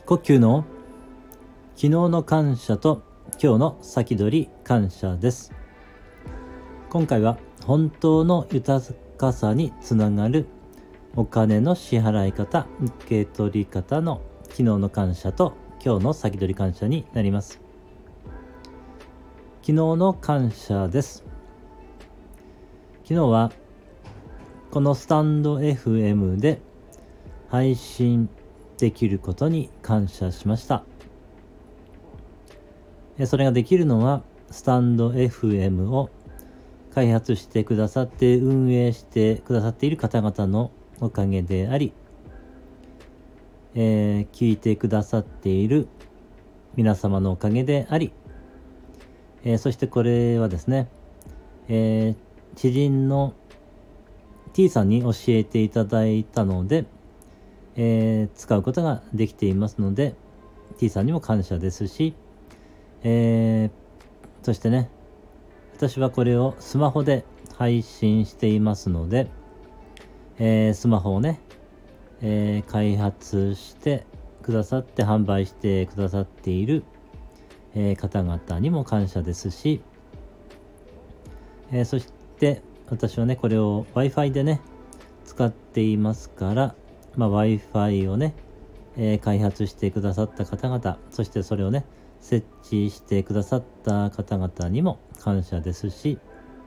呼吸の昨日の感謝と今日の先取り感謝です。今回は本当の豊かさにつながるお金の支払い方、受け取り方の昨日の感謝と今日の先取り感謝になります。昨日の感謝です。昨日はこのスタンド FM で配信できることに感謝しました。それができるのはスタンド FM を開発してくださって運営してくださっている方々のおかげであり、聞いてくださっている皆様のおかげであり、そしてこれはですね、知人の T さんに教えていただいたので、使うことができていますので T さんにも感謝ですし、そしてね、私はこれをスマホで配信していますので、スマホをね、開発してくださって販売してくださっている、方々にも感謝ですし、そして私はねこれを Wi-Fi でね使っていますから、Wi-Fi をね、開発してくださった方々、そしてそれをね設置してくださった方々にも感謝ですし、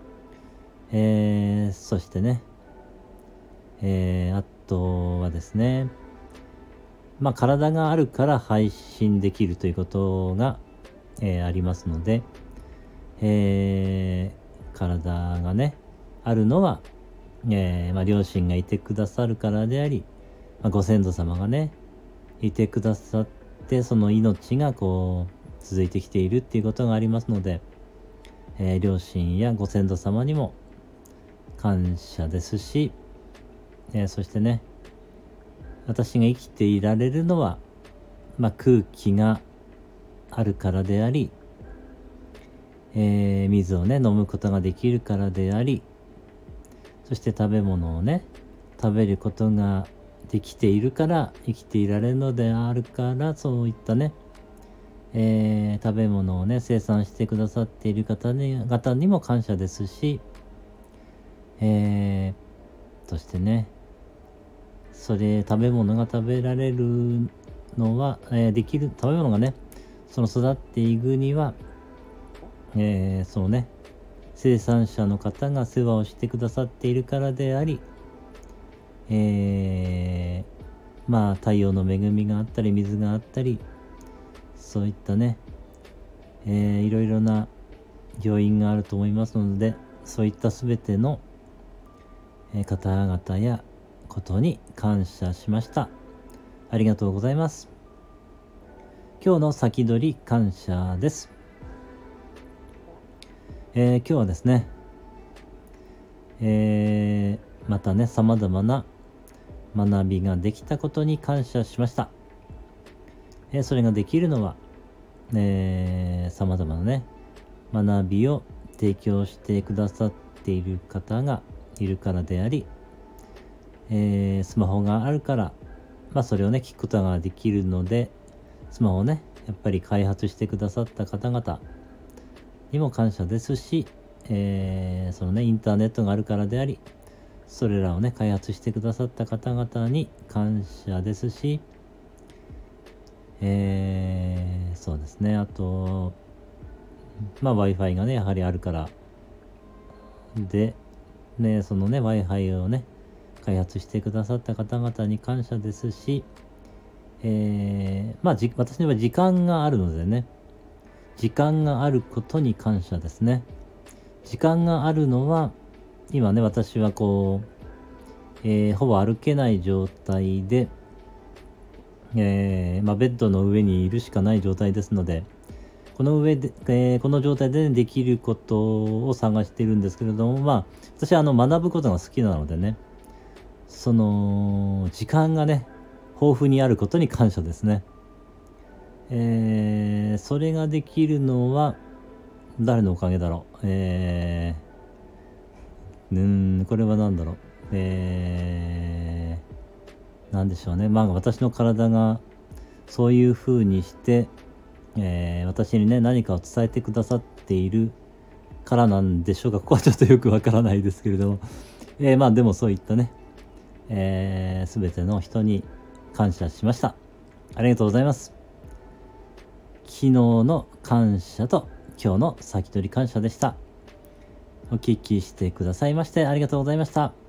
そしてね、あとはですね、体があるから配信できるということが、ありますので、体がねあるのは、両親がいてくださるからであり、ご先祖様がねいてくださって、その命がこう続いてきているっていうことがありますので、両親やご先祖様にも感謝ですし、そしてね、私が生きていられるのは、空気があるからであり、水をね飲むことができるからであり、そして食べ物をね食べることができているから生きていられるのであるから、そういったね、食べ物をね生産してくださっている方にも感謝ですし、そしてね、食べ物が食べられるのは、できる食べ物がねその育っていくには、そのね生産者の方が世話をしてくださっているからであり、太陽の恵みがあったり水があったり、そういったね、いろいろな要因があると思いますので、そういったすべての、方々やことに感謝しました。ありがとうございます。今日の先取り感謝です。今日はですね、またね様々な学びができたことに感謝しました。それができるのは、様々なね学びを提供してくださっている方がいるからであり、スマホがあるから、それをね聞くことができるので、スマホをねやっぱり開発してくださった方々にも感謝ですし、そのねインターネットがあるからであり、それらをね開発してくださった方々に感謝ですし、そうですね、あとWi-Fi がねやはりあるからでね、そのね Wi-Fi をね開発してくださった方々に感謝ですし、私には時間があるのでね、時間があることに感謝ですね。時間があるのは今ね私はこう、ほぼ歩けない状態で、ベッドの上にいるしかない状態ですので、この上で、この状態でできることを探しているんですけれども、私は学ぶことが好きなのでね、その時間がね豊富にあることに感謝ですね。それができるのは誰のおかげだろう。これは何だろう。なんでしょうね。私の体がそういうふうにして、私にね何かを伝えてくださっているからなんでしょうか。ここはちょっとよくわからないですけれども、まあでもそういったね、全ての人に感謝しました。ありがとうございます。昨日の感謝と今日の先取り感謝でした。お聞きしてくださいましてありがとうございました。